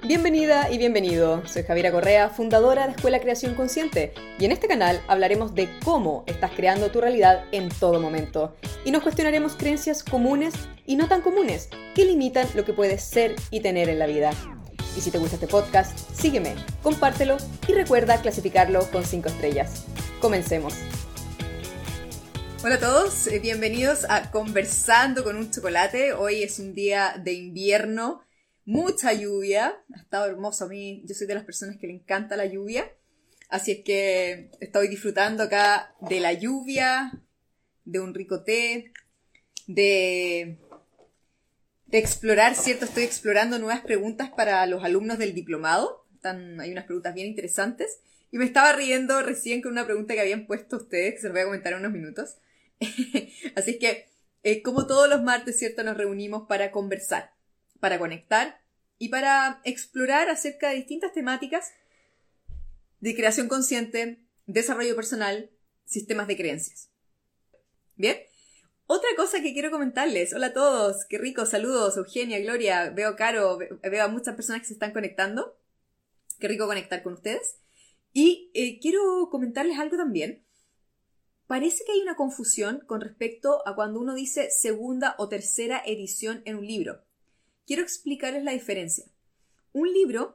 Bienvenida y bienvenido. Soy Javiera Correa, fundadora de Escuela Creación Consciente, y en este canal hablaremos de cómo estás creando tu realidad en todo momento. Y nos cuestionaremos creencias comunes y no tan comunes que limitan lo que puedes ser y tener en la vida. Y si te gusta este podcast, sígueme, compártelo y recuerda clasificarlo con 5 estrellas. Comencemos. Hola a todos, bienvenidos a Conversando con un Chocolate. Hoy es un día de invierno, mucha lluvia, ha estado hermoso. A mí, yo soy de las personas que le encanta la lluvia, así es que estoy disfrutando acá de la lluvia, de un rico té, de explorar, ¿cierto? Estoy explorando nuevas preguntas para los alumnos del diplomado. Hay unas preguntas bien interesantes. Y me estaba riendo recién con una pregunta que habían puesto ustedes, que se los voy a comentar en unos minutos. Así es que, como todos los martes, ¿cierto? Nos reunimos para conversar, para conectar y para explorar acerca de distintas temáticas de creación consciente, desarrollo personal, sistemas de creencias. ¿Bien? Otra cosa que quiero comentarles. Hola a todos, qué rico, saludos, Eugenia, Gloria, veo Caro, veo a muchas personas que se están conectando. Qué rico conectar con ustedes. Y quiero comentarles algo también. Parece que hay una confusión con respecto a cuando uno dice segunda o tercera edición en un libro. Quiero explicarles la diferencia. Un libro,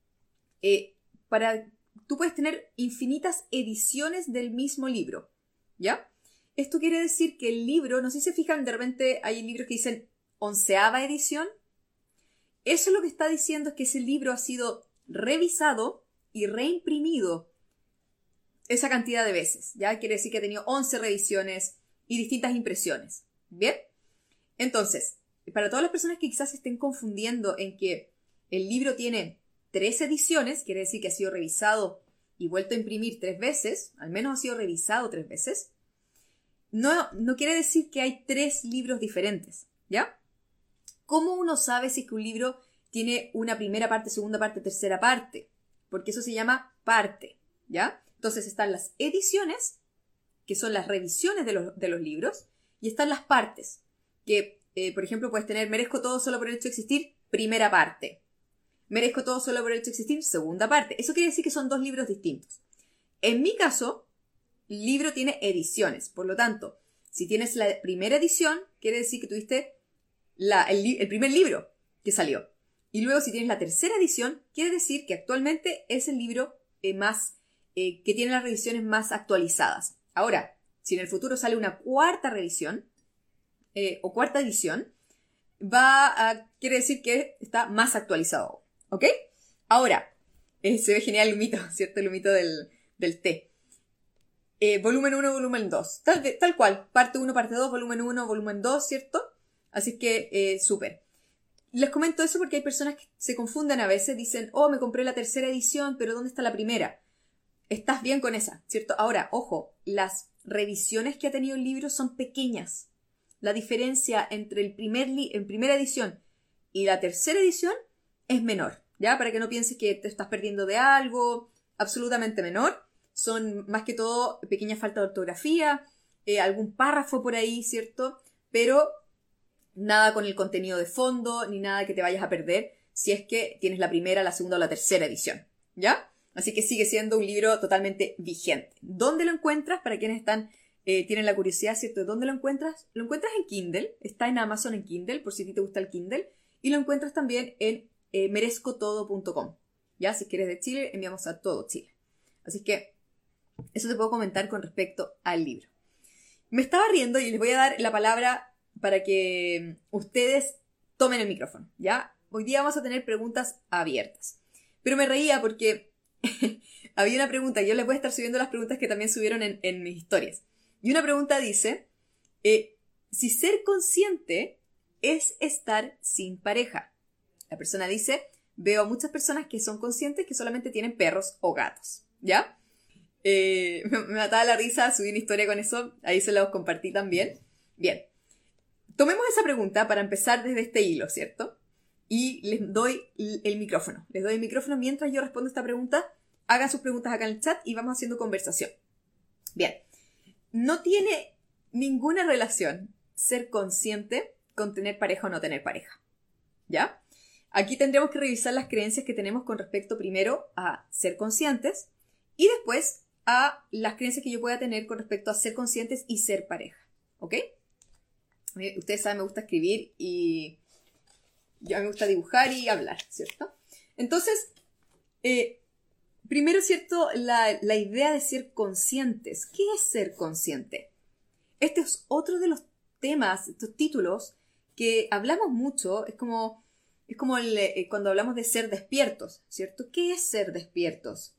tú puedes tener infinitas ediciones del mismo libro, ¿ya? Esto quiere decir que el libro, no sé si se fijan, de repente hay libros que dicen 11ª edición. Eso lo que está diciendo es que ese libro ha sido revisado y reimprimido esa cantidad de veces, ¿ya? Quiere decir que ha tenido 11 revisiones y distintas impresiones, ¿bien? Entonces, para todas las personas que quizás se estén confundiendo en que el libro tiene 3 ediciones, quiere decir que ha sido revisado y vuelto a imprimir 3 veces, al menos ha sido revisado 3 veces, no quiere decir que hay 3 libros diferentes, ¿ya? ¿Cómo uno sabe si es que un libro tiene una primera parte, segunda parte, tercera parte? Porque eso se llama parte, ¿ya? Entonces están las ediciones, que son las revisiones de los libros, y están las partes, que, por ejemplo, puedes tener merezco todo solo por el hecho de existir, primera parte. Merezco todo solo por el hecho de existir, segunda parte. Eso quiere decir que son 2 libros distintos. En mi caso, el libro tiene ediciones, por lo tanto, si tienes la primera edición, quiere decir que tuviste el primer libro que salió. Y luego, si tienes la tercera edición, quiere decir que actualmente es el libro que tiene las revisiones más actualizadas. Ahora, si en el futuro sale una cuarta revisión o cuarta edición, quiere decir que está más actualizado. ¿Ok? Ahora, se ve genial el mito, ¿cierto? El mito del té. Volumen 1, volumen 2. Tal cual. Parte 1, parte 2, volumen 1, volumen 2, ¿cierto? Así que, súper. Les comento eso porque hay personas que se confunden a veces. Dicen, oh, me compré la tercera edición, pero ¿dónde está la primera? Estás bien con esa, ¿cierto? Ahora, ojo, las revisiones que ha tenido el libro son pequeñas. La diferencia entre en primera edición y la tercera edición es menor, ¿ya? Para que no pienses que te estás perdiendo de algo, absolutamente menor. Son más que todo pequeñas faltas de ortografía, algún párrafo por ahí, ¿cierto? Pero nada con el contenido de fondo, ni nada que te vayas a perder si es que tienes la primera, la segunda o la tercera edición, ¿ya? Así que sigue siendo un libro totalmente vigente. ¿Dónde lo encuentras? Para quienes tienen la curiosidad, ¿cierto? ¿Dónde lo encuentras? Lo encuentras en Kindle. Está en Amazon en Kindle, por si a ti te gusta el Kindle. Y lo encuentras también en merezcotodo.com. ¿Ya? Si quieres de Chile, enviamos a todo Chile. Así que eso te puedo comentar con respecto al libro. Me estaba riendo y les voy a dar la palabra para que ustedes tomen el micrófono, ¿ya? Hoy día vamos a tener preguntas abiertas. Pero me reía porque había una pregunta, yo les voy a estar subiendo las preguntas que también subieron en mis historias. Y una pregunta dice, si ser consciente es estar sin pareja. La persona dice, veo a muchas personas que son conscientes que solamente tienen perros o gatos, ¿ya? Me mataba la risa, subí una historia con eso, ahí se los compartí también. Bien, tomemos esa pregunta para empezar desde este hilo, ¿cierto? Y les doy el micrófono. Les doy el micrófono mientras yo respondo esta pregunta. Hagan sus preguntas acá en el chat y vamos haciendo conversación. Bien. No tiene ninguna relación ser consciente con tener pareja o no tener pareja. ¿Ya? Aquí tendremos que revisar las creencias que tenemos con respecto primero a ser conscientes y después a las creencias que yo pueda tener con respecto a ser conscientes y ser pareja. ¿Ok? Ustedes saben, me gusta escribir y a mí me gusta dibujar y hablar, ¿cierto? Entonces, primero, ¿cierto? La idea de ser conscientes. ¿Qué es ser consciente? Este es otro de los temas, estos títulos que hablamos mucho. Es como cuando hablamos de ser despiertos, ¿cierto? ¿Qué es ser despiertos?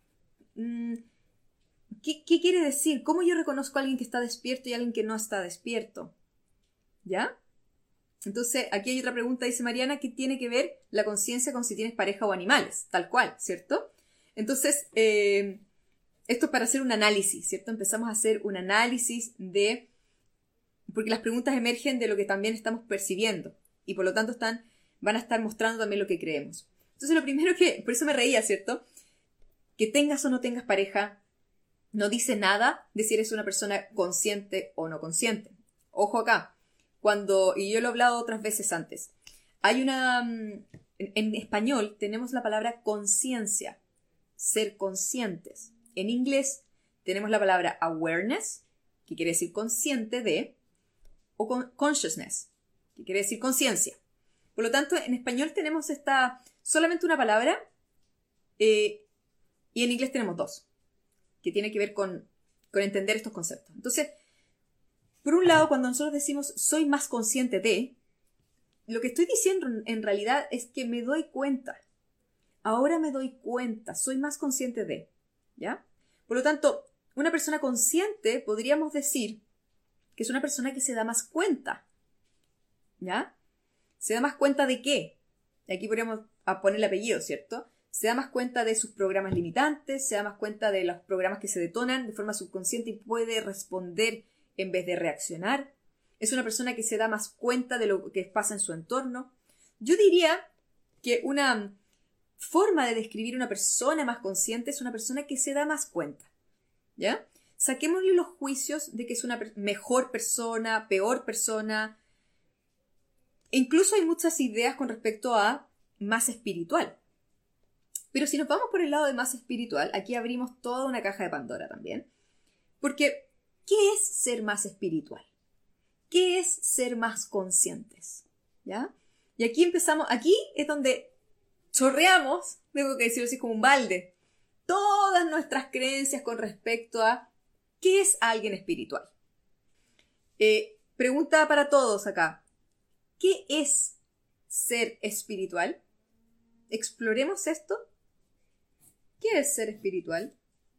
¿Qué quiere decir? ¿Cómo yo reconozco a alguien que está despierto y a alguien que no está despierto? ¿Ya? Entonces, aquí hay otra pregunta, dice Mariana, ¿qué tiene que ver la conciencia con si tienes pareja o animales? Tal cual, ¿cierto? Entonces, esto es para hacer un análisis, ¿cierto? Empezamos a hacer un análisis porque las preguntas emergen de lo que también estamos percibiendo y por lo tanto van a estar mostrando también lo que creemos. Entonces, lo primero por eso me reía, ¿cierto? Que tengas o no tengas pareja no dice nada de si eres una persona consciente o no consciente. Ojo acá. Y yo lo he hablado otras veces antes, en español tenemos la palabra conciencia, ser conscientes. En inglés tenemos la palabra awareness, que quiere decir consciente de, o consciousness, que quiere decir conciencia. Por lo tanto, en español tenemos solamente una palabra, y en inglés tenemos dos, que tiene que ver con entender estos conceptos. Entonces, por un lado, cuando nosotros decimos soy más consciente de, lo que estoy diciendo en realidad es que me doy cuenta. Ahora me doy cuenta, soy más consciente de, ¿ya? Por lo tanto, una persona consciente podríamos decir que es una persona que se da más cuenta, ¿ya? ¿Se da más cuenta de qué? Aquí podríamos poner el apellido, ¿cierto? Se da más cuenta de sus programas limitantes, se da más cuenta de los programas que se detonan de forma subconsciente y puede responder en vez de reaccionar. Es una persona que se da más cuenta de lo que pasa en su entorno. Yo diría que una forma de describir una persona más consciente es una persona que se da más cuenta, ¿ya? Saquémosle los juicios de que es una mejor persona, peor persona. Incluso hay muchas ideas con respecto a más espiritual. Pero si nos vamos por el lado de más espiritual, aquí abrimos toda una caja de Pandora también. Porque ¿qué es ser más espiritual? ¿Qué es ser más conscientes? ¿Ya? Y aquí es donde chorreamos, tengo que decirlo así como un balde, todas nuestras creencias con respecto a ¿qué es alguien espiritual? Pregunta para todos acá. ¿Qué es ser espiritual? Exploremos esto. ¿Qué es ser espiritual?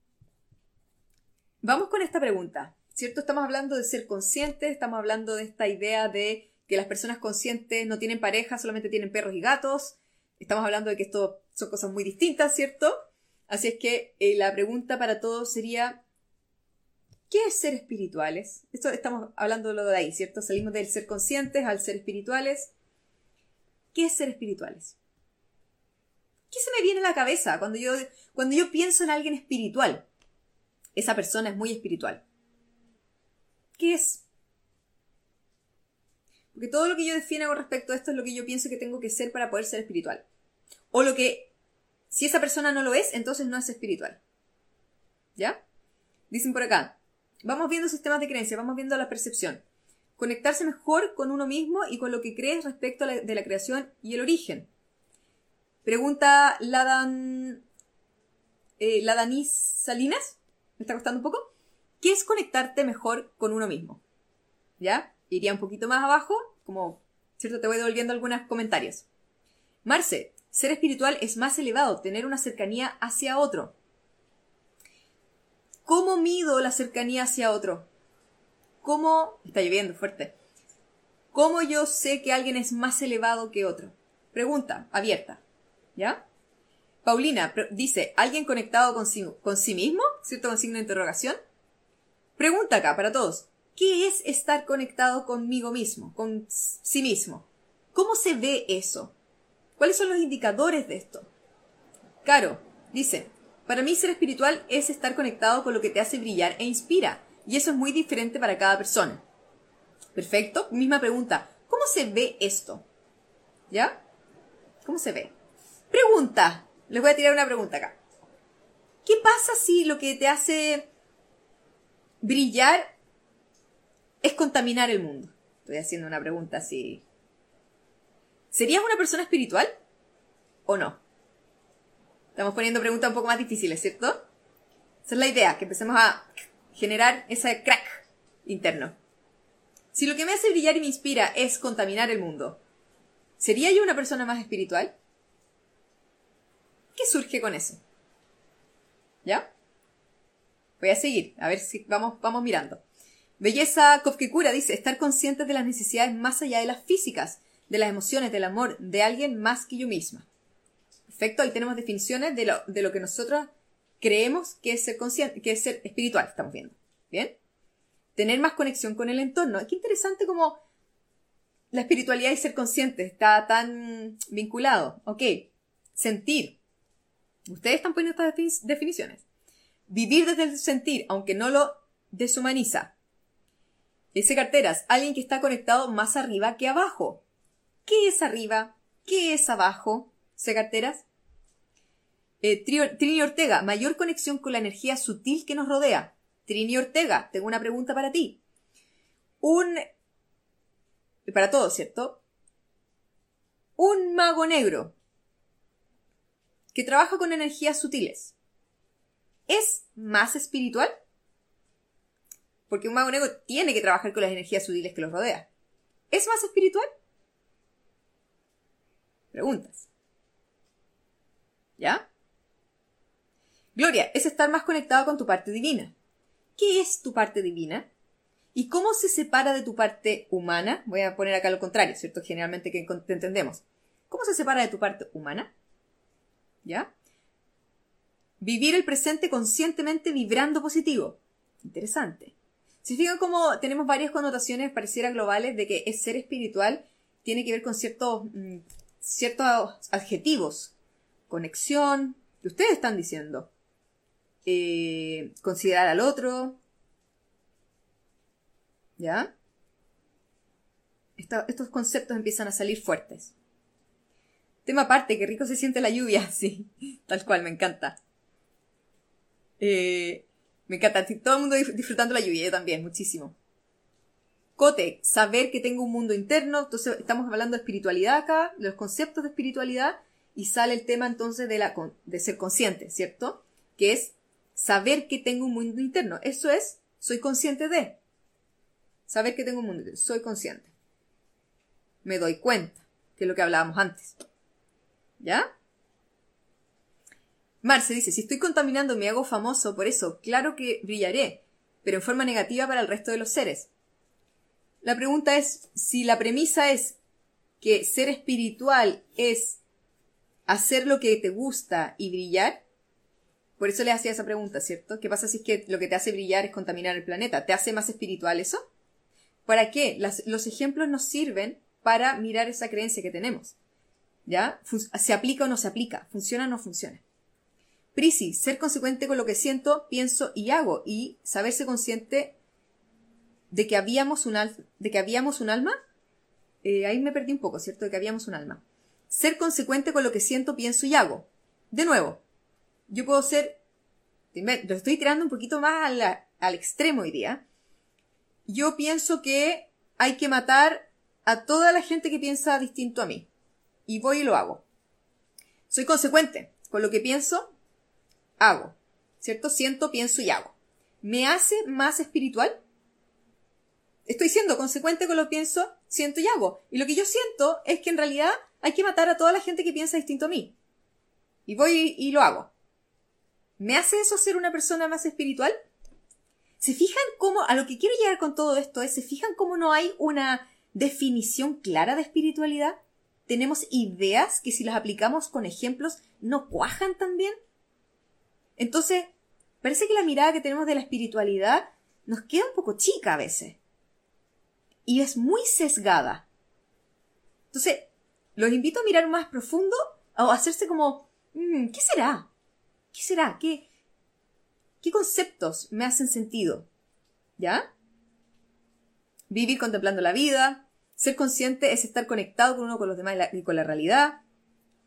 Vamos con esta pregunta, ¿cierto? Estamos hablando de ser conscientes, estamos hablando de esta idea de que las personas conscientes no tienen pareja, solamente tienen perros y gatos. Estamos hablando de que esto son cosas muy distintas, ¿cierto? Así es que la pregunta para todos sería, ¿qué es ser espirituales? Esto estamos hablando de ahí, ¿cierto? Salimos del ser conscientes al ser espirituales. ¿Qué es ser espirituales? ¿Qué se me viene a la cabeza cuando yo pienso en alguien espiritual? Esa persona es muy espiritual. ¿Qué es? Porque todo lo que yo defino con respecto a esto es lo que yo pienso que tengo que ser para poder ser espiritual. O si esa persona no lo es, entonces no es espiritual. ¿Ya? Dicen por acá, vamos viendo sistemas de creencia, vamos viendo la percepción. Conectarse mejor con uno mismo y con lo que crees respecto de la creación y el origen. Pregunta Ladanis Salinas, me está costando un poco. ¿Qué es conectarte mejor con uno mismo? ¿Ya? Iría un poquito más abajo, ¿cierto? Te voy devolviendo algunos comentarios. Marce, ser espiritual es más elevado, tener una cercanía hacia otro. ¿Cómo mido la cercanía hacia otro? Está lloviendo fuerte. ¿Cómo yo sé que alguien es más elevado que otro? Pregunta abierta. ¿Ya? Paulina dice, ¿alguien conectado con sí mismo? ¿Cierto? Con signo de interrogación. Pregunta acá para todos. ¿Qué es estar conectado conmigo mismo? Con sí mismo. ¿Cómo se ve eso? ¿Cuáles son los indicadores de esto? Caro dice, para mí ser espiritual es estar conectado con lo que te hace brillar e inspira. Y eso es muy diferente para cada persona. Perfecto. Misma pregunta. ¿Cómo se ve esto? ¿Ya? ¿Cómo se ve? Pregunta. Les voy a tirar una pregunta acá. ¿Qué pasa si lo que te hace brillar es contaminar el mundo? Estoy haciendo una pregunta así. ¿Serías una persona espiritual o no? Estamos poniendo preguntas un poco más difíciles, ¿cierto? Esa es la idea, que empecemos a generar ese crack interno. Si lo que me hace brillar y me inspira es contaminar el mundo, ¿sería yo una persona más espiritual? ¿Qué surge con eso? ¿Ya? Voy a seguir, a ver si vamos mirando. Belleza Kofkekura dice, estar conscientes de las necesidades más allá de las físicas, de las emociones, del amor, de alguien más que yo misma. Perfecto, ahí tenemos definiciones de lo que nosotros creemos que es ser consciente, que es ser espiritual, estamos viendo. ¿Bien? Tener más conexión con el entorno. Qué interesante como la espiritualidad y ser consciente está tan vinculado. Ok, sentir. Ustedes están poniendo estas definiciones. Vivir desde el sentir, aunque no lo deshumaniza. Dice Carteras, alguien que está conectado más arriba que abajo. ¿Qué es arriba? ¿Qué es abajo? Dice Carteras. Trini Ortega, mayor conexión con la energía sutil que nos rodea. Trini Ortega, tengo una pregunta para ti. Para todos, ¿cierto? Un mago negro que trabaja con energías sutiles, ¿es más espiritual? Porque un mago negro tiene que trabajar con las energías sutiles que los rodea. ¿Es más espiritual? Preguntas. ¿Ya? Gloria, es estar más conectado con tu parte divina. ¿Qué es tu parte divina? ¿Y cómo se separa de tu parte humana? Voy a poner acá lo contrario, ¿cierto? Generalmente que te entendemos. ¿Cómo se separa de tu parte humana? ¿Ya? Vivir el presente conscientemente vibrando positivo. Interesante. Si fijan cómo tenemos varias connotaciones, pareciera globales, de que es ser espiritual tiene que ver con ciertos adjetivos. Conexión, que ustedes están diciendo. Considerar al otro. ¿Ya? Estos conceptos empiezan a salir fuertes. Tema aparte, qué rico se siente la lluvia, sí, tal cual, me encanta. Me encanta, todo el mundo disfrutando la lluvia, yo también, muchísimo. Cote, saber que tengo un mundo interno, entonces estamos hablando de espiritualidad acá, de los conceptos de espiritualidad, y sale el tema entonces de ser consciente, ¿cierto? Que es saber que tengo un mundo interno, eso es, soy consciente de. Saber que tengo un mundo interno, soy consciente. Me doy cuenta, que es lo que hablábamos antes. ¿Ya? Marce dice, si estoy contaminando me hago famoso por eso, claro que brillaré, pero en forma negativa para el resto de los seres. La pregunta es, si la premisa es que ser espiritual es hacer lo que te gusta y brillar, por eso le hacía esa pregunta, ¿cierto? ¿Qué pasa si es que lo que te hace brillar es contaminar el planeta? ¿Te hace más espiritual eso? ¿Para qué? Los ejemplos nos sirven para mirar esa creencia que tenemos. ¿Ya? ¿Se aplica o no se aplica? ¿Funciona o no funciona? Prisi, ser consecuente con lo que siento, pienso y hago. Y saberse consciente de que habíamos un alma. Ahí me perdí un poco, ¿cierto? De que habíamos un alma. Ser consecuente con lo que siento, pienso y hago. De nuevo, yo puedo ser... Lo estoy tirando un poquito más al extremo hoy día. Yo pienso que hay que matar a toda la gente que piensa distinto a mí. Y voy y lo hago. Soy consecuente con lo que pienso, hago. ¿Cierto? Siento, pienso y hago. ¿Me hace más espiritual? Estoy siendo consecuente con lo que pienso, siento y hago. Y lo que yo siento es que en realidad hay que matar a toda la gente que piensa distinto a mí. Y voy y lo hago. ¿Me hace eso ser una persona más espiritual? ¿Se fijan cómo, a lo que quiero llegar con todo esto es, ¿se fijan cómo no hay una definición clara de espiritualidad? Tenemos ideas que si las aplicamos con ejemplos no cuajan tan bien. Entonces, parece que la mirada que tenemos de la espiritualidad nos queda un poco chica a veces. Y es muy sesgada. Entonces, los invito a mirar más profundo o a hacerse como, ¿qué será? ¿Qué será? ¿Qué conceptos me hacen sentido? ¿Ya? Vivir contemplando la vida. Ser consciente es estar conectado con uno, con los demás y con la realidad.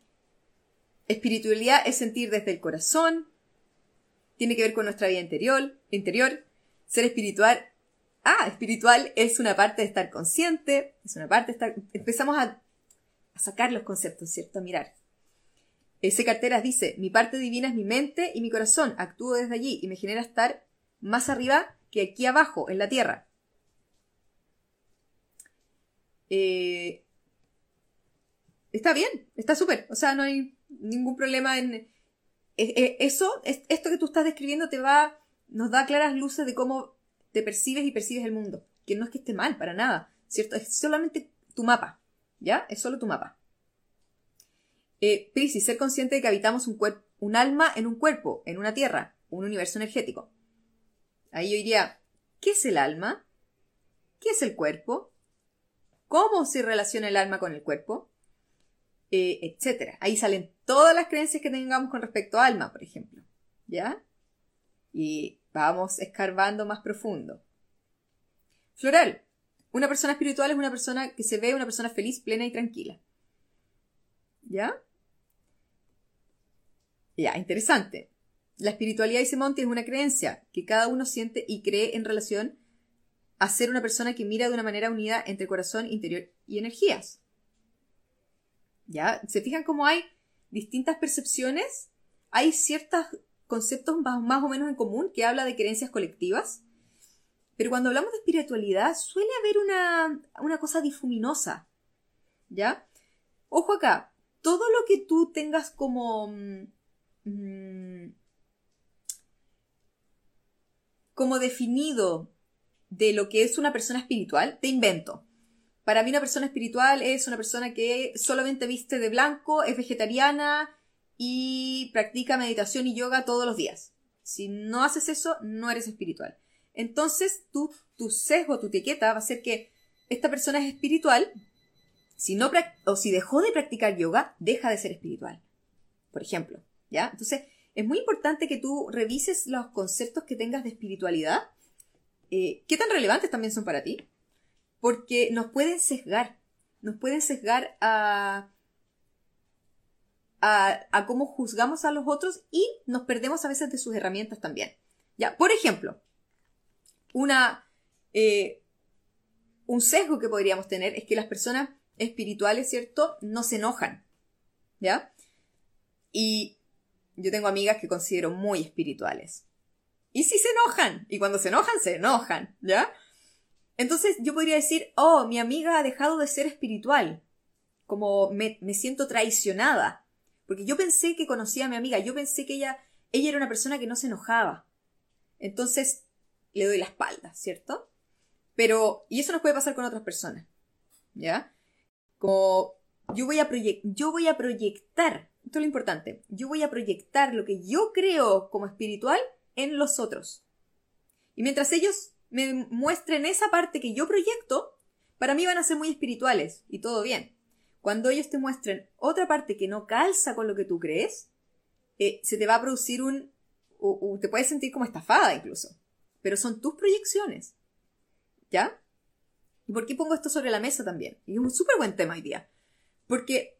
Espiritualidad es sentir desde el corazón, tiene que ver con nuestra vida interior. Ser espiritual es una parte de estar consciente, es una parte de estar... Empezamos a sacar los conceptos, ¿cierto? A mirar. Ese Carteras dice, mi parte divina es mi mente y mi corazón, actúo desde allí y me genera estar más arriba que aquí abajo, en la tierra. Está bien, está súper, o sea, no hay ningún problema en... esto que tú estás describiendo nos da claras luces de cómo te percibes y percibes el mundo, que no es que esté mal, para nada, ¿cierto? Es solamente tu mapa, ¿ya? Es solo tu mapa. Piscis, ser consciente de que habitamos un alma en un cuerpo, en una tierra, un universo energético. Ahí yo diría, ¿qué es el alma? ¿Qué es el cuerpo? ¿Cómo se relaciona el alma con el cuerpo? Etcétera. Ahí salen todas las creencias que tengamos con respecto a alma, por ejemplo. ¿Ya? Y vamos escarbando más profundo. Floral. Una persona espiritual es una persona que se ve una persona feliz, plena y tranquila. ¿Ya? Ya, interesante. La espiritualidad, dice Monty, es una creencia que cada uno siente y cree en relación a ser una persona que mira de una manera unida entre corazón, interior y energías. ¿Ya? ¿Se fijan cómo hay distintas percepciones? Hay ciertos conceptos más o menos en común que habla de creencias colectivas. Pero cuando hablamos de espiritualidad suele haber una cosa difuminosa. ¿Ya? Ojo acá. Todo lo que tú tengas como definido de lo que es una persona espiritual, te invento. Para mí una persona espiritual es una persona que solamente viste de blanco, es vegetariana y practica meditación y yoga todos los días. Si no haces eso, no eres espiritual. Entonces, tu sesgo, tu etiqueta va a ser que esta persona es espiritual. Si dejó de practicar yoga, deja de ser espiritual. Por ejemplo, ¿ya? Entonces, es muy importante que tú revises los conceptos que tengas de espiritualidad. ¿Qué tan relevantes también son para ti? Porque nos pueden sesgar a cómo juzgamos a los otros y nos perdemos a veces de sus herramientas también. ¿Ya? Por ejemplo, un sesgo que podríamos tener es que las personas espirituales, ¿cierto?, no se enojan, ¿ya? Y yo tengo amigas que considero muy espirituales. Y sí se enojan, y cuando se enojan, ¿ya? Entonces yo podría decir, oh, mi amiga ha dejado de ser espiritual. Como me siento traicionada. Porque yo pensé que conocía a mi amiga, yo pensé que ella era una persona que no se enojaba. Entonces le doy la espalda, ¿cierto? Y eso nos puede pasar con otras personas, ¿ya? Como yo voy a proyectar, esto es lo importante, yo voy a proyectar lo que yo creo como espiritual en los otros. Y mientras ellos me muestren esa parte que yo proyecto, para mí van a ser muy espirituales y todo bien. Cuando ellos te muestren otra parte que no calza con lo que tú crees, se te va a producir te puedes sentir como estafada incluso. Pero son tus proyecciones. ¿Ya? ¿Y por qué pongo esto sobre la mesa también? Y es un súper buen tema hoy día. Porque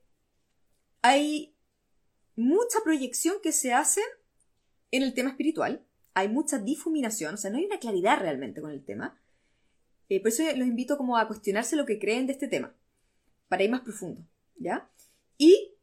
hay mucha proyección que se hace en el tema espiritual. Hay mucha difuminación, o sea, no hay una claridad realmente con el tema. Por eso los invito como a cuestionarse lo que creen de este tema, para ir más profundo, ¿ya? Y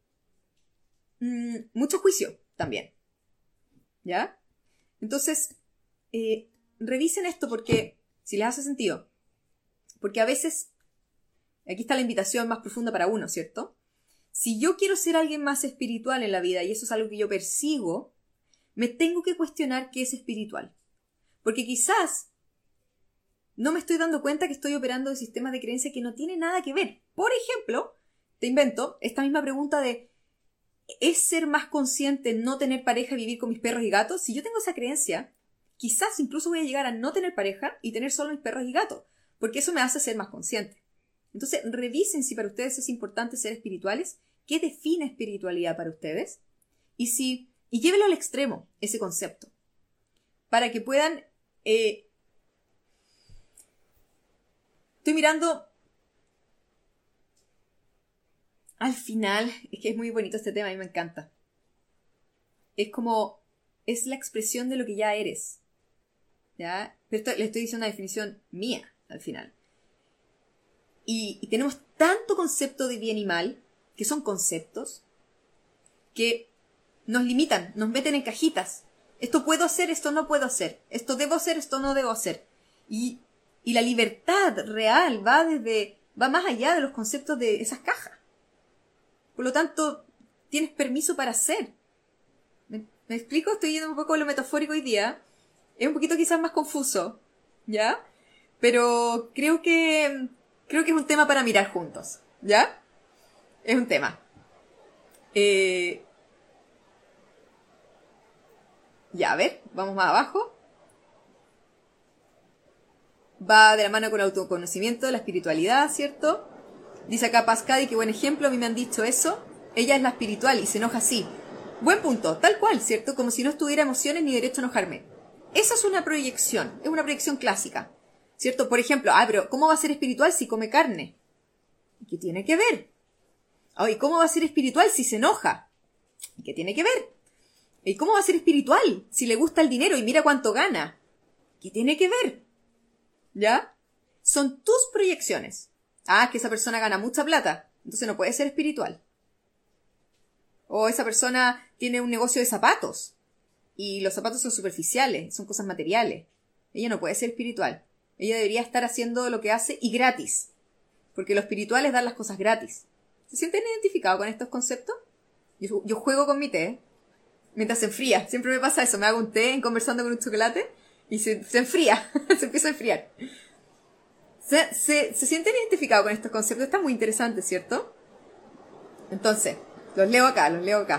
mucho juicio también, ¿ya? Entonces, revisen esto porque, si les hace sentido, porque a veces, aquí está la invitación más profunda para uno, ¿cierto? Si yo quiero ser alguien más espiritual en la vida, y eso es algo que yo persigo, me tengo que cuestionar qué es espiritual. Porque quizás no me estoy dando cuenta que estoy operando de sistemas de creencia que no tienen nada que ver. Por ejemplo, te invento esta misma pregunta de ¿es ser más consciente no tener pareja y vivir con mis perros y gatos? Si yo tengo esa creencia, quizás incluso voy a llegar a no tener pareja y tener solo mis perros y gatos. Porque eso me hace ser más consciente. Entonces, revisen si para ustedes es importante ser espirituales, qué define espiritualidad para ustedes, y llévelo al extremo, ese concepto, para que puedan... Estoy mirando al final, es que es muy bonito este tema, a mí me encanta. es como, es la expresión de lo que ya eres. ¿Ya? Pero le estoy diciendo una definición mía, al final. Y tenemos tanto concepto de bien y mal, que son conceptos, que nos limitan, nos meten en cajitas. Esto puedo hacer, esto no puedo hacer. Esto debo hacer, esto no debo hacer. Y la libertad real va más allá de los conceptos de esas cajas. Por lo tanto, tienes permiso para hacer. ¿Me explico? Estoy yendo un poco a lo metafórico hoy día. Es un poquito quizás más confuso, ¿ya? Pero creo que es un tema para mirar juntos, ¿ya? Es un tema. Ya, a ver, vamos más abajo. Va de la mano con el autoconocimiento, la espiritualidad, ¿cierto? Dice acá Pascadi, qué buen ejemplo, a mí me han dicho eso. Ella es la espiritual y se enoja así. Buen punto, tal cual, ¿cierto? Como si no tuviera emociones ni derecho a enojarme. Esa es una proyección, es una proyección clásica, ¿cierto? Por ejemplo, pero ¿cómo va a ser espiritual si come carne? ¿Qué tiene que ver? ¿Y cómo va a ser espiritual si se enoja? ¿Qué tiene que ver? ¿Y cómo va a ser espiritual si le gusta el dinero y mira cuánto gana? ¿Qué tiene que ver? ¿Ya? Son tus proyecciones. Que esa persona gana mucha plata, entonces no puede ser espiritual. O esa persona tiene un negocio de zapatos y los zapatos son superficiales, son cosas materiales. Ella no puede ser espiritual. Ella debería estar haciendo lo que hace y gratis. Porque lo espiritual es dar las cosas gratis. ¿Se sienten identificados con estos conceptos? Yo juego con mi té mientras se enfría. Siempre me pasa eso. Me hago un té conversando con un chocolate y se enfría. Se empieza a enfriar. ¿Se sienten identificados con estos conceptos? Está muy interesante, ¿cierto? Entonces, los leo acá.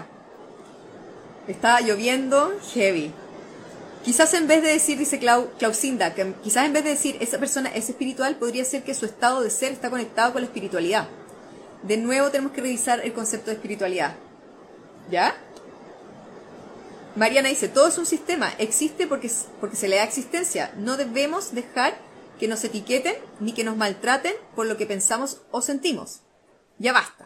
Está lloviendo heavy. Quizás en vez de decir, dice Clausinda, que quizás en vez de decir esa persona es espiritual, podría ser que su estado de ser está conectado con la espiritualidad. De nuevo tenemos que revisar el concepto de espiritualidad. ¿Ya? Mariana dice, todo es un sistema, existe porque se le da existencia. No debemos dejar que nos etiqueten ni que nos maltraten por lo que pensamos o sentimos. Ya basta.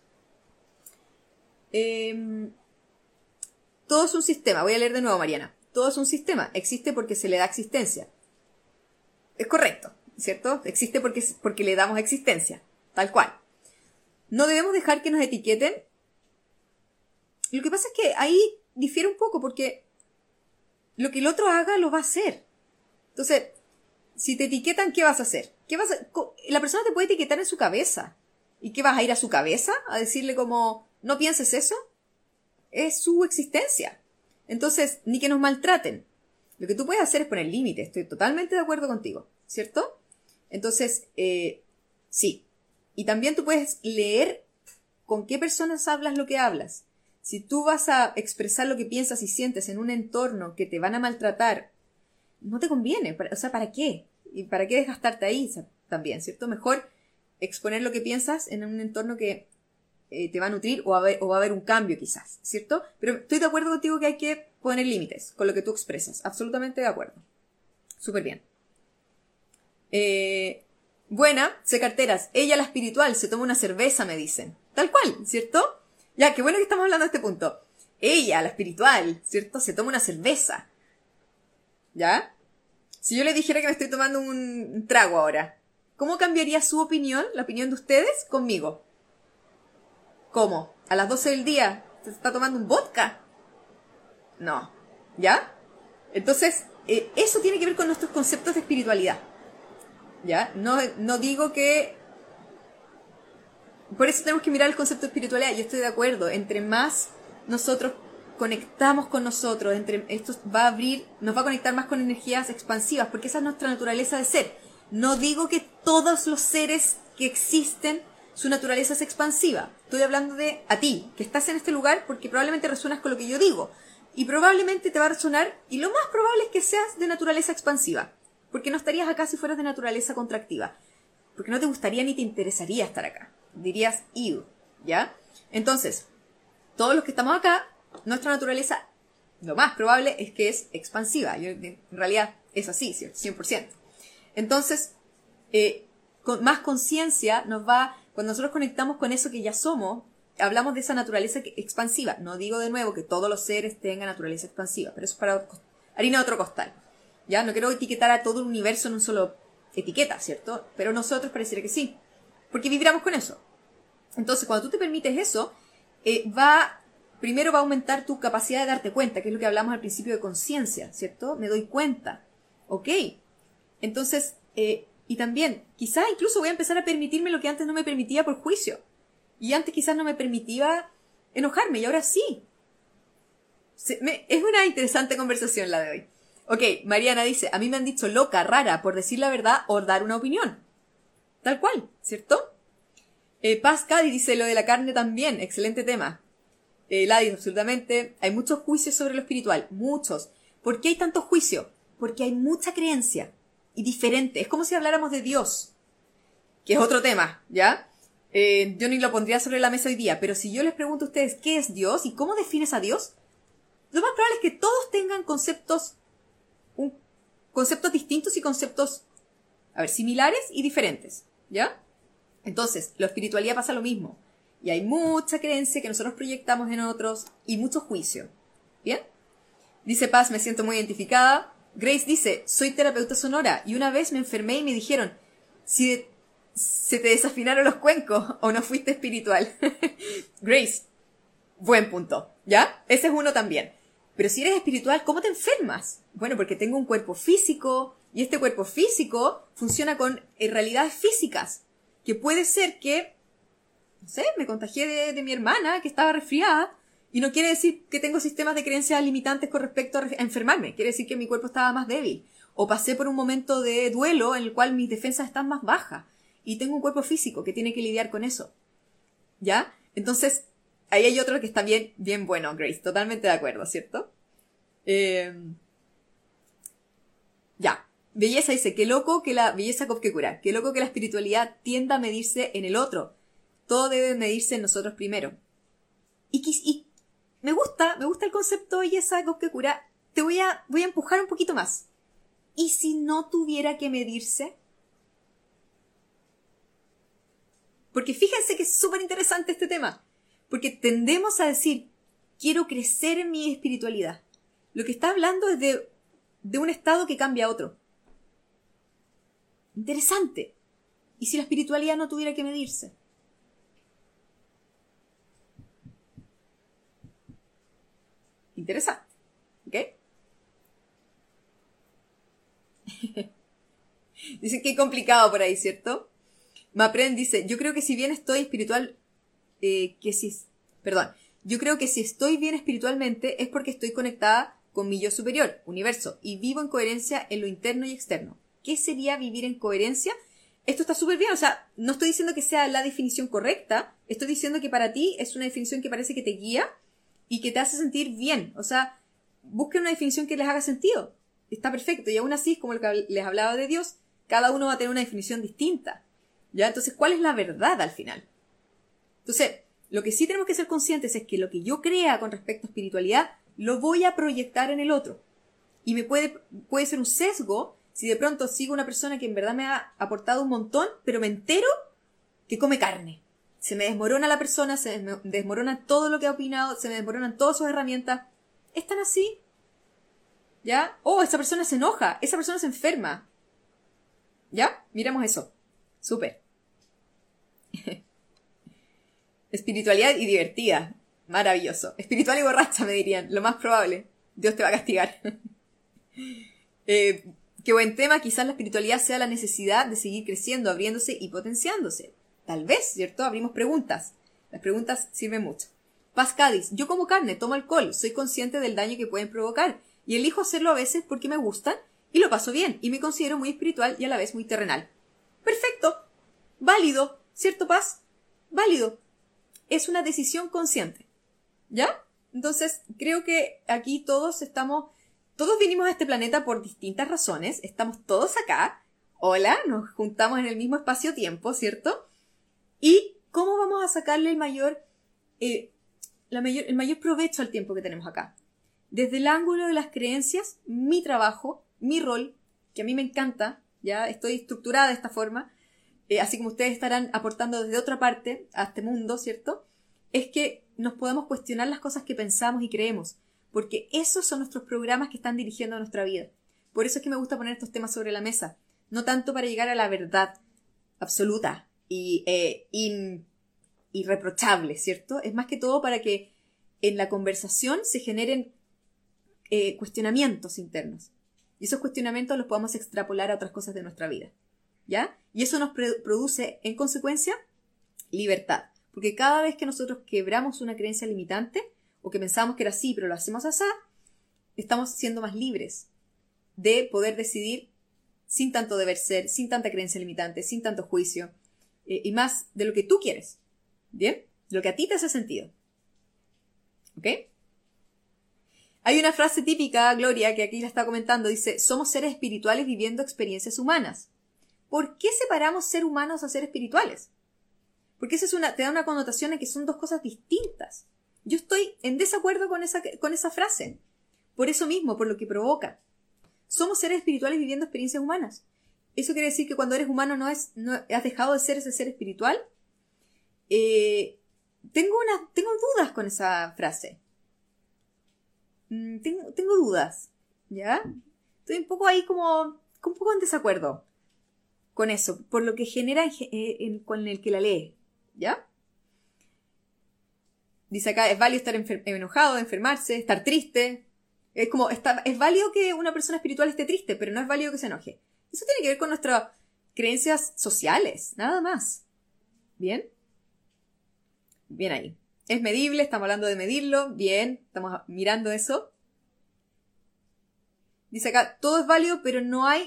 Todo es un sistema. Voy a leer de nuevo, Mariana. Todo es un sistema. Existe porque se le da existencia. Es correcto, ¿cierto? Existe porque le damos existencia. Tal cual. No debemos dejar que nos etiqueten. Lo que pasa es que ahí difiere un poco porque lo que el otro haga lo va a hacer. Entonces, si te etiquetan, ¿qué vas a hacer? La persona te puede etiquetar en su cabeza. ¿Y qué vas a ir a su cabeza? A decirle como, no pienses eso. Es su existencia. Entonces, ni que nos maltraten. Lo que tú puedes hacer es poner límites. Estoy totalmente de acuerdo contigo, ¿cierto? Entonces, sí. Y también tú puedes leer con qué personas hablas lo que hablas. Si tú vas a expresar lo que piensas y sientes en un entorno que te van a maltratar, no te conviene. O sea, ¿para qué? ¿Y para qué desgastarte ahí también, ¿cierto? Mejor exponer lo que piensas en un entorno que te va a nutrir o va a haber un cambio quizás, ¿cierto? Pero estoy de acuerdo contigo que hay que poner límites con lo que tú expresas. Absolutamente de acuerdo. Súper bien. Buena, sé carteras. Ella, la espiritual, se toma una cerveza, me dicen. Tal cual, ¿cierto? Ya, qué bueno que estamos hablando de este punto. Ella, la espiritual, ¿cierto? Se toma una cerveza. ¿Ya? Si yo le dijera que me estoy tomando un trago ahora, ¿cómo cambiaría su opinión, la opinión de ustedes, conmigo? ¿Cómo? ¿A las 12 del día se está tomando un vodka? No. ¿Ya? Entonces, eso tiene que ver con nuestros conceptos de espiritualidad. ¿Ya? No digo que... Por eso tenemos que mirar el concepto de espiritualidad. Yo estoy de acuerdo. Entre más nosotros conectamos con nosotros, esto nos va a conectar más con energías expansivas, porque esa es nuestra naturaleza de ser. No digo que todos los seres que existen, su naturaleza es expansiva. Estoy hablando de a ti, que estás en este lugar porque probablemente resuenas con lo que yo digo. Y probablemente te va a resonar, y lo más probable es que seas de naturaleza expansiva. Porque no estarías acá si fueras de naturaleza contractiva. Porque no te gustaría ni te interesaría estar acá. Dirías, ew, ¿ya? Entonces, todos los que estamos acá, nuestra naturaleza, lo más probable es que es expansiva. En realidad es así, 100%. Entonces, con más conciencia cuando nosotros conectamos con eso que ya somos, hablamos de esa naturaleza expansiva. No digo de nuevo que todos los seres tengan naturaleza expansiva, pero eso es para harina de otro costal. ¿Ya? No quiero etiquetar a todo el universo en un solo etiqueta, ¿cierto? Pero nosotros pareciera que sí, porque vibramos con eso. Entonces, cuando tú te permites eso, primero va a aumentar tu capacidad de darte cuenta, que es lo que hablamos al principio de conciencia, ¿cierto? Me doy cuenta. Ok. Entonces, y también, quizás incluso voy a empezar a permitirme lo que antes no me permitía por juicio. Y antes quizás no me permitía enojarme, y ahora sí. Es una interesante conversación la de hoy. Ok, Mariana dice, a mí me han dicho loca, rara, por decir la verdad o dar una opinión. Tal cual, ¿cierto? Paz Cadi dice lo de la carne también, excelente tema. Ladis, absolutamente. Hay muchos juicios sobre lo espiritual, muchos. ¿Por qué hay tantos juicios? Porque hay mucha creencia y diferente. Es como si habláramos de Dios, que es otro tema, ¿ya? Yo ni lo pondría sobre la mesa hoy día, pero si yo les pregunto a ustedes qué es Dios y cómo defines a Dios, lo más probable es que todos tengan conceptos distintos y conceptos, similares y diferentes, ¿ya? Entonces, la espiritualidad pasa lo mismo. Y hay mucha creencia que nosotros proyectamos en otros y mucho juicio. ¿Bien? Dice Paz, me siento muy identificada. Grace dice, soy terapeuta sonora y una vez me enfermé y me dijeron, si se te desafinaron los cuencos o no fuiste espiritual. Grace, buen punto, ¿ya? Ese es uno también. Pero si eres espiritual, ¿cómo te enfermas? Bueno, porque tengo un cuerpo físico y este cuerpo físico funciona con realidades físicas. Que puede ser que, no sé, me contagié de mi hermana que estaba resfriada y no quiere decir que tengo sistemas de creencias limitantes con respecto a enfermarme. Quiere decir que mi cuerpo estaba más débil. O pasé por un momento de duelo en el cual mis defensas están más bajas. Y tengo un cuerpo físico que tiene que lidiar con eso. ¿Ya? Entonces, ahí hay otro que está bien, bien bueno, Grace. Totalmente de acuerdo, ¿cierto? Ya. Belleza dice, qué loco que la belleza que cura. Qué loco que la espiritualidad tienda a medirse en el otro. Todo debe medirse en nosotros primero. Y me gusta el concepto de belleza que cura. Te voy a empujar un poquito más. ¿Y si no tuviera que medirse? Porque fíjense que es súper interesante este tema. Porque tendemos a decir, quiero crecer en mi espiritualidad. Lo que está hablando es de un estado que cambia a otro. Interesante. ¿Y si la espiritualidad no tuviera que medirse? Interesante. ¿Ok? Dicen que es complicado por ahí, ¿cierto? Mapren dice, yo creo que si bien estoy espiritual, yo creo que si estoy bien espiritualmente es porque estoy conectada con mi yo superior, universo, y vivo en coherencia en lo interno y externo. ¿Qué sería vivir en coherencia? Esto está súper bien, o sea, no estoy diciendo que sea la definición correcta, estoy diciendo que para ti es una definición que parece que te guía y que te hace sentir bien. O sea, busquen una definición que les haga sentido. Está perfecto, y aún así, como lo que les hablaba de Dios, cada uno va a tener una definición distinta. ¿Ya? Entonces, ¿cuál es la verdad al final? Entonces, lo que sí tenemos que ser conscientes es que lo que yo crea con respecto a espiritualidad, lo voy a proyectar en el otro. Y puede ser un sesgo si de pronto sigo una persona que en verdad me ha aportado un montón, pero me entero que come carne. Se me desmorona la persona, se me desmorona todo lo que ha opinado, se me desmoronan todas sus herramientas. ¿Es tan así? ¿Ya? Oh, esa persona se enoja, esa persona se enferma. ¿Ya? Miremos eso. Súper. Espiritualidad y divertida. Maravilloso. Espiritual y borracha, me dirían. Lo más probable. Dios te va a castigar. Qué buen tema. Quizás la espiritualidad sea la necesidad de seguir creciendo, abriéndose y potenciándose. Tal vez, ¿cierto? Abrimos preguntas. Las preguntas sirven mucho. Paz Cádiz. Yo como carne, tomo alcohol. Soy consciente del daño que pueden provocar. Y elijo hacerlo a veces porque me gustan y lo paso bien. Y me considero muy espiritual y a la vez muy terrenal. Perfecto. Válido. ¿Cierto, Paz? Válido. Es una decisión consciente. ¿Ya? Entonces, creo que aquí todos vinimos a este planeta por distintas razones. Estamos todos acá. Hola, nos juntamos en el mismo espacio-tiempo, ¿cierto? ¿Y cómo vamos a sacarle el mayor provecho al tiempo que tenemos acá? Desde el ángulo de las creencias, mi trabajo, mi rol, que a mí me encanta, ya estoy estructurada de esta forma, así como ustedes estarán aportando desde otra parte a este mundo, ¿cierto? es que nos podamos cuestionar las cosas que pensamos y creemos, porque esos son nuestros programas que están dirigiendo nuestra vida. Por eso es que me gusta poner estos temas sobre la mesa, no tanto para llegar a la verdad absoluta y irreprochable, ¿cierto? Es más que todo para que en la conversación se generen cuestionamientos internos. Y esos cuestionamientos los podamos extrapolar a otras cosas de nuestra vida, ¿ya? Y eso nos produce, en consecuencia, libertad. Porque cada vez que nosotros quebramos una creencia limitante, o que pensábamos que era así, pero lo hacemos así, estamos siendo más libres de poder decidir sin tanto deber ser, sin tanta creencia limitante, sin tanto juicio, y más de lo que tú quieres, ¿bien? Lo que a ti te hace sentido. ¿Ok? Hay una frase típica, Gloria, que aquí la está comentando, dice, somos seres espirituales viviendo experiencias humanas. ¿Por qué separamos ser humanos a ser espirituales? Porque eso te da una connotación en que son dos cosas distintas. Yo estoy en desacuerdo con esa frase. Por eso mismo, por lo que provoca. Somos seres espirituales viviendo experiencias humanas. ¿Eso quiere decir que cuando eres humano no has dejado de ser ese ser espiritual? Tengo dudas con esa frase. Tengo dudas, ¿ya? Estoy un poco ahí como un poco en desacuerdo con eso, por lo que genera con el que la lee, ¿ya? Dice acá, es válido estar enojado, enfermarse, estar triste. Es válido que una persona espiritual esté triste, pero no es válido que se enoje. Eso tiene que ver con nuestras creencias sociales, nada más. ¿Bien? Bien ahí. Es medible, estamos hablando de medirlo. Bien, estamos mirando eso. Dice acá, todo es válido, pero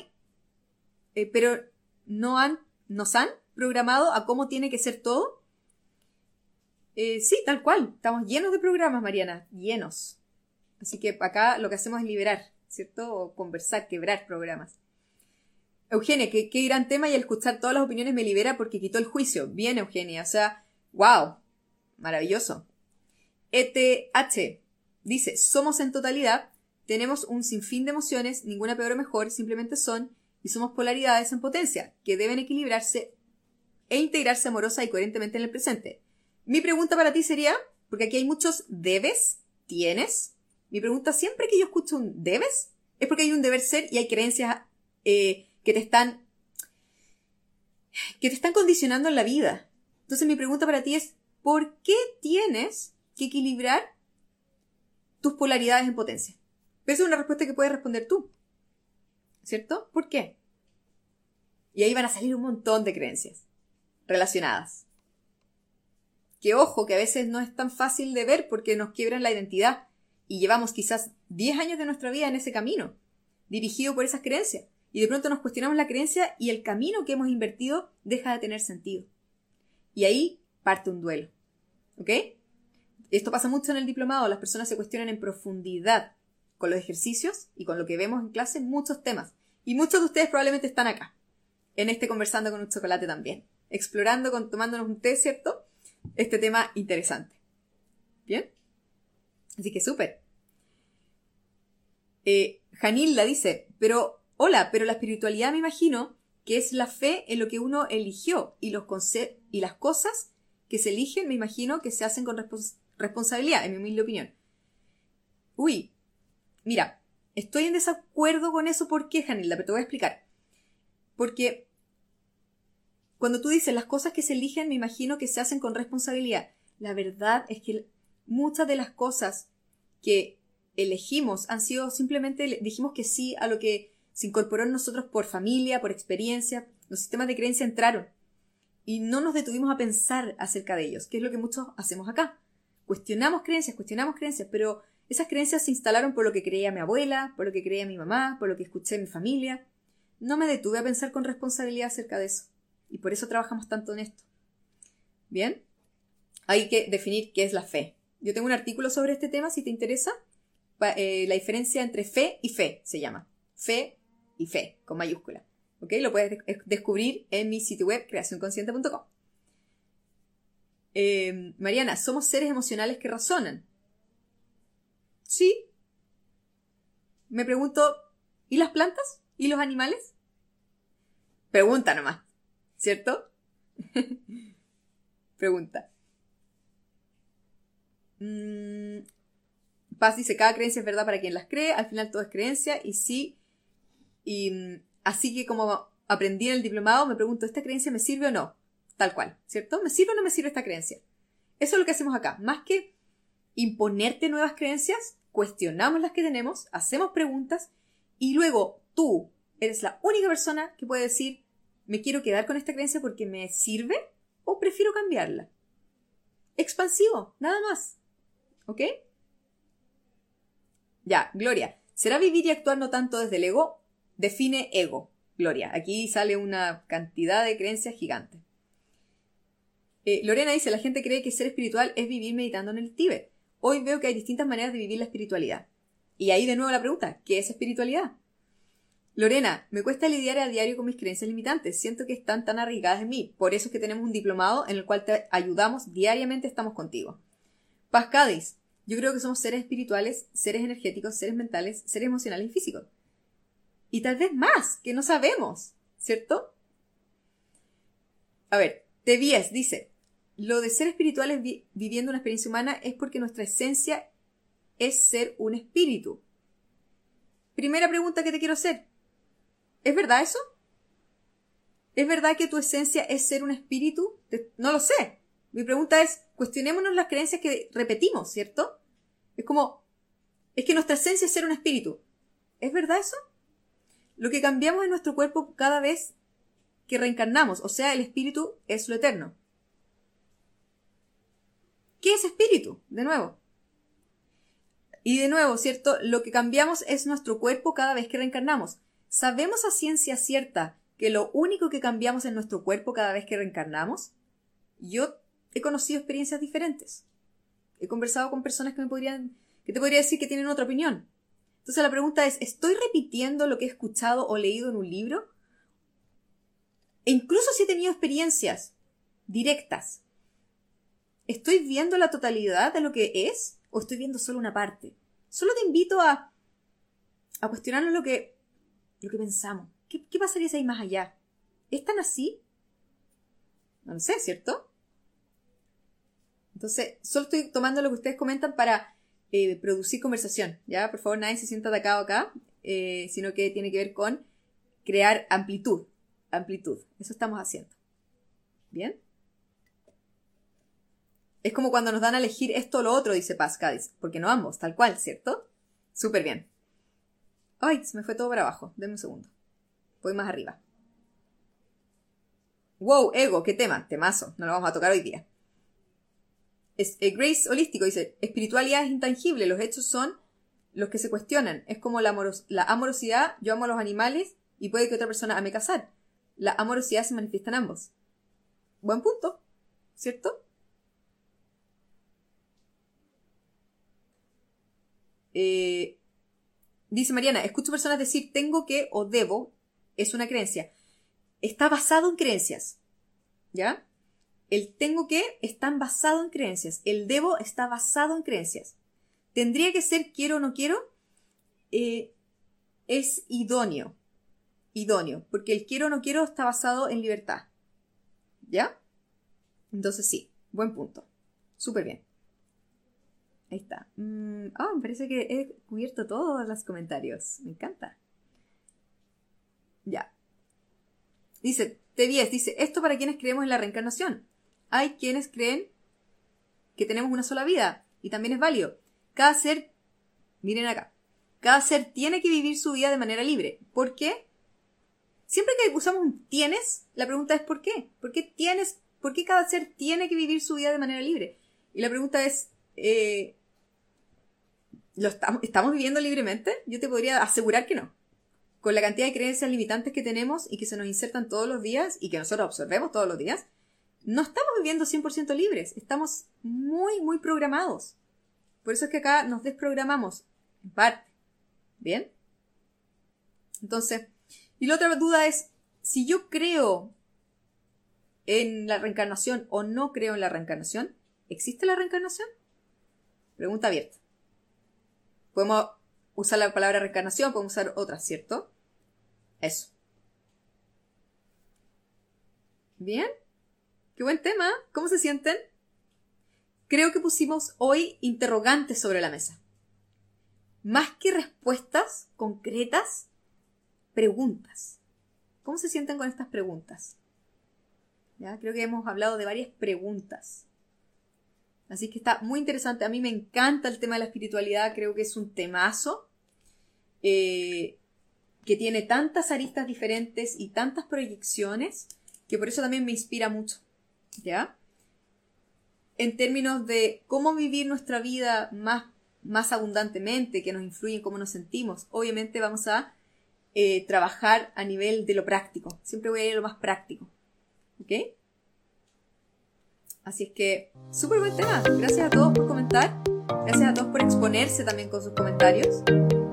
nos han programado a cómo tiene que ser todo. Sí, tal cual. Estamos llenos de programas, Mariana. Llenos. Así que acá lo que hacemos es liberar, ¿cierto? O conversar, quebrar programas. Eugenia, qué gran tema, y al escuchar todas las opiniones me libera porque quitó el juicio. Bien, Eugenia. O sea, wow. Maravilloso. ETH dice, somos en totalidad, tenemos un sinfín de emociones, ninguna peor o mejor, simplemente son, y somos polaridades en potencia, que deben equilibrarse e integrarse amorosa y coherentemente en el presente. Mi pregunta para ti sería, porque aquí hay muchos debes, tienes, mi pregunta siempre que yo escucho un debes, es porque hay un deber ser y hay creencias que te están condicionando en la vida. Entonces mi pregunta para ti es, ¿por qué tienes que equilibrar tus polaridades en potencia? Pero esa es una respuesta que puedes responder tú, ¿cierto? ¿Por qué? Y ahí van a salir un montón de creencias relacionadas. Que ojo, que a veces no es tan fácil de ver porque nos quiebran la identidad y llevamos quizás 10 años de nuestra vida en ese camino, dirigido por esas creencias. Y de pronto nos cuestionamos la creencia y el camino que hemos invertido deja de tener sentido. Y ahí parte un duelo. ¿Ok? Esto pasa mucho en el diplomado. Las personas se cuestionan en profundidad con los ejercicios y con lo que vemos en clase muchos temas. Y muchos de ustedes probablemente están acá, en este Conversando con un Chocolate también. Explorando, tomándonos un té, ¿cierto? Este tema interesante. ¿Bien? Así que súper. Janilda dice, pero la espiritualidad me imagino que es la fe en lo que uno eligió y las cosas que se eligen me imagino que se hacen con responsabilidad, en mi humilde opinión. Uy, mira, estoy en desacuerdo con eso. ¿Por qué, Janilda? Pero te voy a explicar. Porque cuando tú dices las cosas que se eligen me imagino que se hacen con responsabilidad, la verdad es que muchas de las cosas que elegimos han sido simplemente, dijimos que sí a lo que se incorporó en nosotros por familia, por experiencia. Los sistemas de creencia entraron y no nos detuvimos a pensar acerca de ellos, que es lo que muchos hacemos acá. Cuestionamos creencias, pero esas creencias se instalaron por lo que creía mi abuela, por lo que creía mi mamá, por lo que escuché en mi familia. No me detuve a pensar con responsabilidad acerca de eso. Y por eso trabajamos tanto en esto. ¿Bien? Hay que definir qué es la fe. Yo tengo un artículo sobre este tema, si te interesa. La diferencia entre fe y fe se llama. Fe y fe, con mayúscula. ¿Ok? Lo puedes descubrir en mi sitio web, creacionconsciente.com. Mariana, somos seres emocionales que razonan. Sí. Me pregunto, ¿y las plantas? ¿Y los animales? Pregunta nomás, ¿cierto? Pregunta. Paz dice, cada creencia es verdad para quien las cree, al final todo es creencia, y sí, así que como aprendí en el diplomado, me pregunto, ¿esta creencia me sirve o no? Tal cual, ¿cierto? ¿Me sirve o no me sirve esta creencia? Eso es lo que hacemos acá. Más que imponerte nuevas creencias, cuestionamos las que tenemos, hacemos preguntas, y luego tú eres la única persona que puede decir, me quiero quedar con esta creencia porque me sirve o prefiero cambiarla. Expansivo, nada más. ¿Ok? Ya, Gloria. ¿Será vivir y actuar no tanto desde el ego? Define ego, Gloria. Aquí sale una cantidad de creencias gigantes. Lorena dice, la gente cree que ser espiritual es vivir meditando en el Tíbet. Hoy veo que hay distintas maneras de vivir la espiritualidad. Y ahí de nuevo la pregunta, ¿qué es espiritualidad? Lorena, me cuesta lidiar a diario con mis creencias limitantes. Siento que están tan arraigadas en mí. Por eso es que tenemos un diplomado en el cual te ayudamos diariamente, estamos contigo. Paz Cádiz, yo creo que somos seres espirituales, seres energéticos, seres mentales, seres emocionales y físicos. Y tal vez más, que no sabemos, ¿cierto? A ver, Tevies dice, lo de ser espirituales viviendo una experiencia humana es porque nuestra esencia es ser un espíritu. Primera pregunta que te quiero hacer. ¿Es verdad eso? ¿Es verdad que tu esencia es ser un espíritu? No lo sé. Mi pregunta es, cuestionémonos las creencias que repetimos, ¿cierto? Es que nuestra esencia es ser un espíritu. ¿Es verdad eso? Lo que cambiamos en nuestro cuerpo cada vez que reencarnamos, o sea, el espíritu es lo eterno. ¿Qué es espíritu? De nuevo. Y de nuevo, ¿cierto? Lo que cambiamos es nuestro cuerpo cada vez que reencarnamos. ¿Sabemos a ciencia cierta que lo único que cambiamos es nuestro cuerpo cada vez que reencarnamos? Yo he conocido experiencias diferentes. He conversado con personas que te podría decir que tienen otra opinión. Entonces la pregunta es, ¿estoy repitiendo lo que he escuchado o leído en un libro? E incluso si he tenido experiencias directas, ¿estoy viendo la totalidad de lo que es o estoy viendo solo una parte? Solo te invito a cuestionarnos lo que pensamos. ¿Qué pasaría si hay más allá? ¿Es tan así? No lo sé, ¿cierto? Entonces, solo estoy tomando lo que ustedes comentan para producir conversación, ¿ya? Por favor, nadie se sienta atacado acá, sino que tiene que ver con crear amplitud. Eso estamos haciendo. ¿Bien? Es como cuando nos dan a elegir esto o lo otro, dice Paz Cádiz, porque no ambos, tal cual, ¿cierto? Súper bien. Ay, se me fue todo para abajo. Denme un segundo. Voy más arriba. Wow, ego, qué tema. Temazo. No lo vamos a tocar hoy día. Grace Holístico dice, espiritualidad es intangible, los hechos son los que se cuestionan. Es como la amorosidad, yo amo a los animales y puede que otra persona ame cazar. La amorosidad se manifiesta en ambos. Buen punto, ¿cierto? Dice Mariana, escucho personas decir tengo que o debo, es una creencia. Está basado en creencias, ¿ya? El tengo que está basado en creencias. El debo está basado en creencias. Tendría que ser quiero o no quiero. Es idóneo. Porque el quiero o no quiero está basado en libertad. ¿Ya? Entonces sí, buen punto. Súper bien. Ahí está. Me parece que he cubierto todos los comentarios. Me encanta. Ya. Dice, T10, dice, esto para quienes creemos en la reencarnación. Hay quienes creen que tenemos una sola vida y también es válido. Cada ser, miren acá, cada ser tiene que vivir su vida de manera libre. ¿Por qué? Siempre que usamos un tienes, la pregunta es ¿por qué? ¿Por qué cada ser tiene que vivir su vida de manera libre? Y la pregunta es, ¿estamos viviendo libremente? Yo te podría asegurar que no. Con la cantidad de creencias limitantes que tenemos y que se nos insertan todos los días y que nosotros absorbemos todos los días, no estamos viviendo 100% libres, estamos muy, muy programados. Por eso es que acá nos desprogramamos, en parte. ¿Bien? Entonces, y la otra duda es, si yo creo en la reencarnación o no creo en la reencarnación, ¿existe la reencarnación? Pregunta abierta. Podemos usar la palabra reencarnación, podemos usar otras, ¿cierto? Eso. ¿Bien? Qué buen tema. ¿Cómo se sienten? creo que pusimos hoy interrogantes sobre la mesa. Más que respuestas concretas, preguntas. ¿Cómo se sienten con estas preguntas? ¿Ya? Creo que hemos hablado de varias preguntas. Así que está muy interesante. A mí me encanta el tema de la espiritualidad. Creo que es un temazo que tiene tantas aristas diferentes y tantas proyecciones que por eso también me inspira mucho. ¿Ya? En términos de cómo vivir nuestra vida más abundantemente, que nos influye en cómo nos sentimos, obviamente vamos a trabajar a nivel de lo práctico. Siempre voy a ir a lo más práctico. ¿Ok? Así es que, súper buen tema. Gracias a todos por comentar. Gracias a todos por exponerse también con sus comentarios.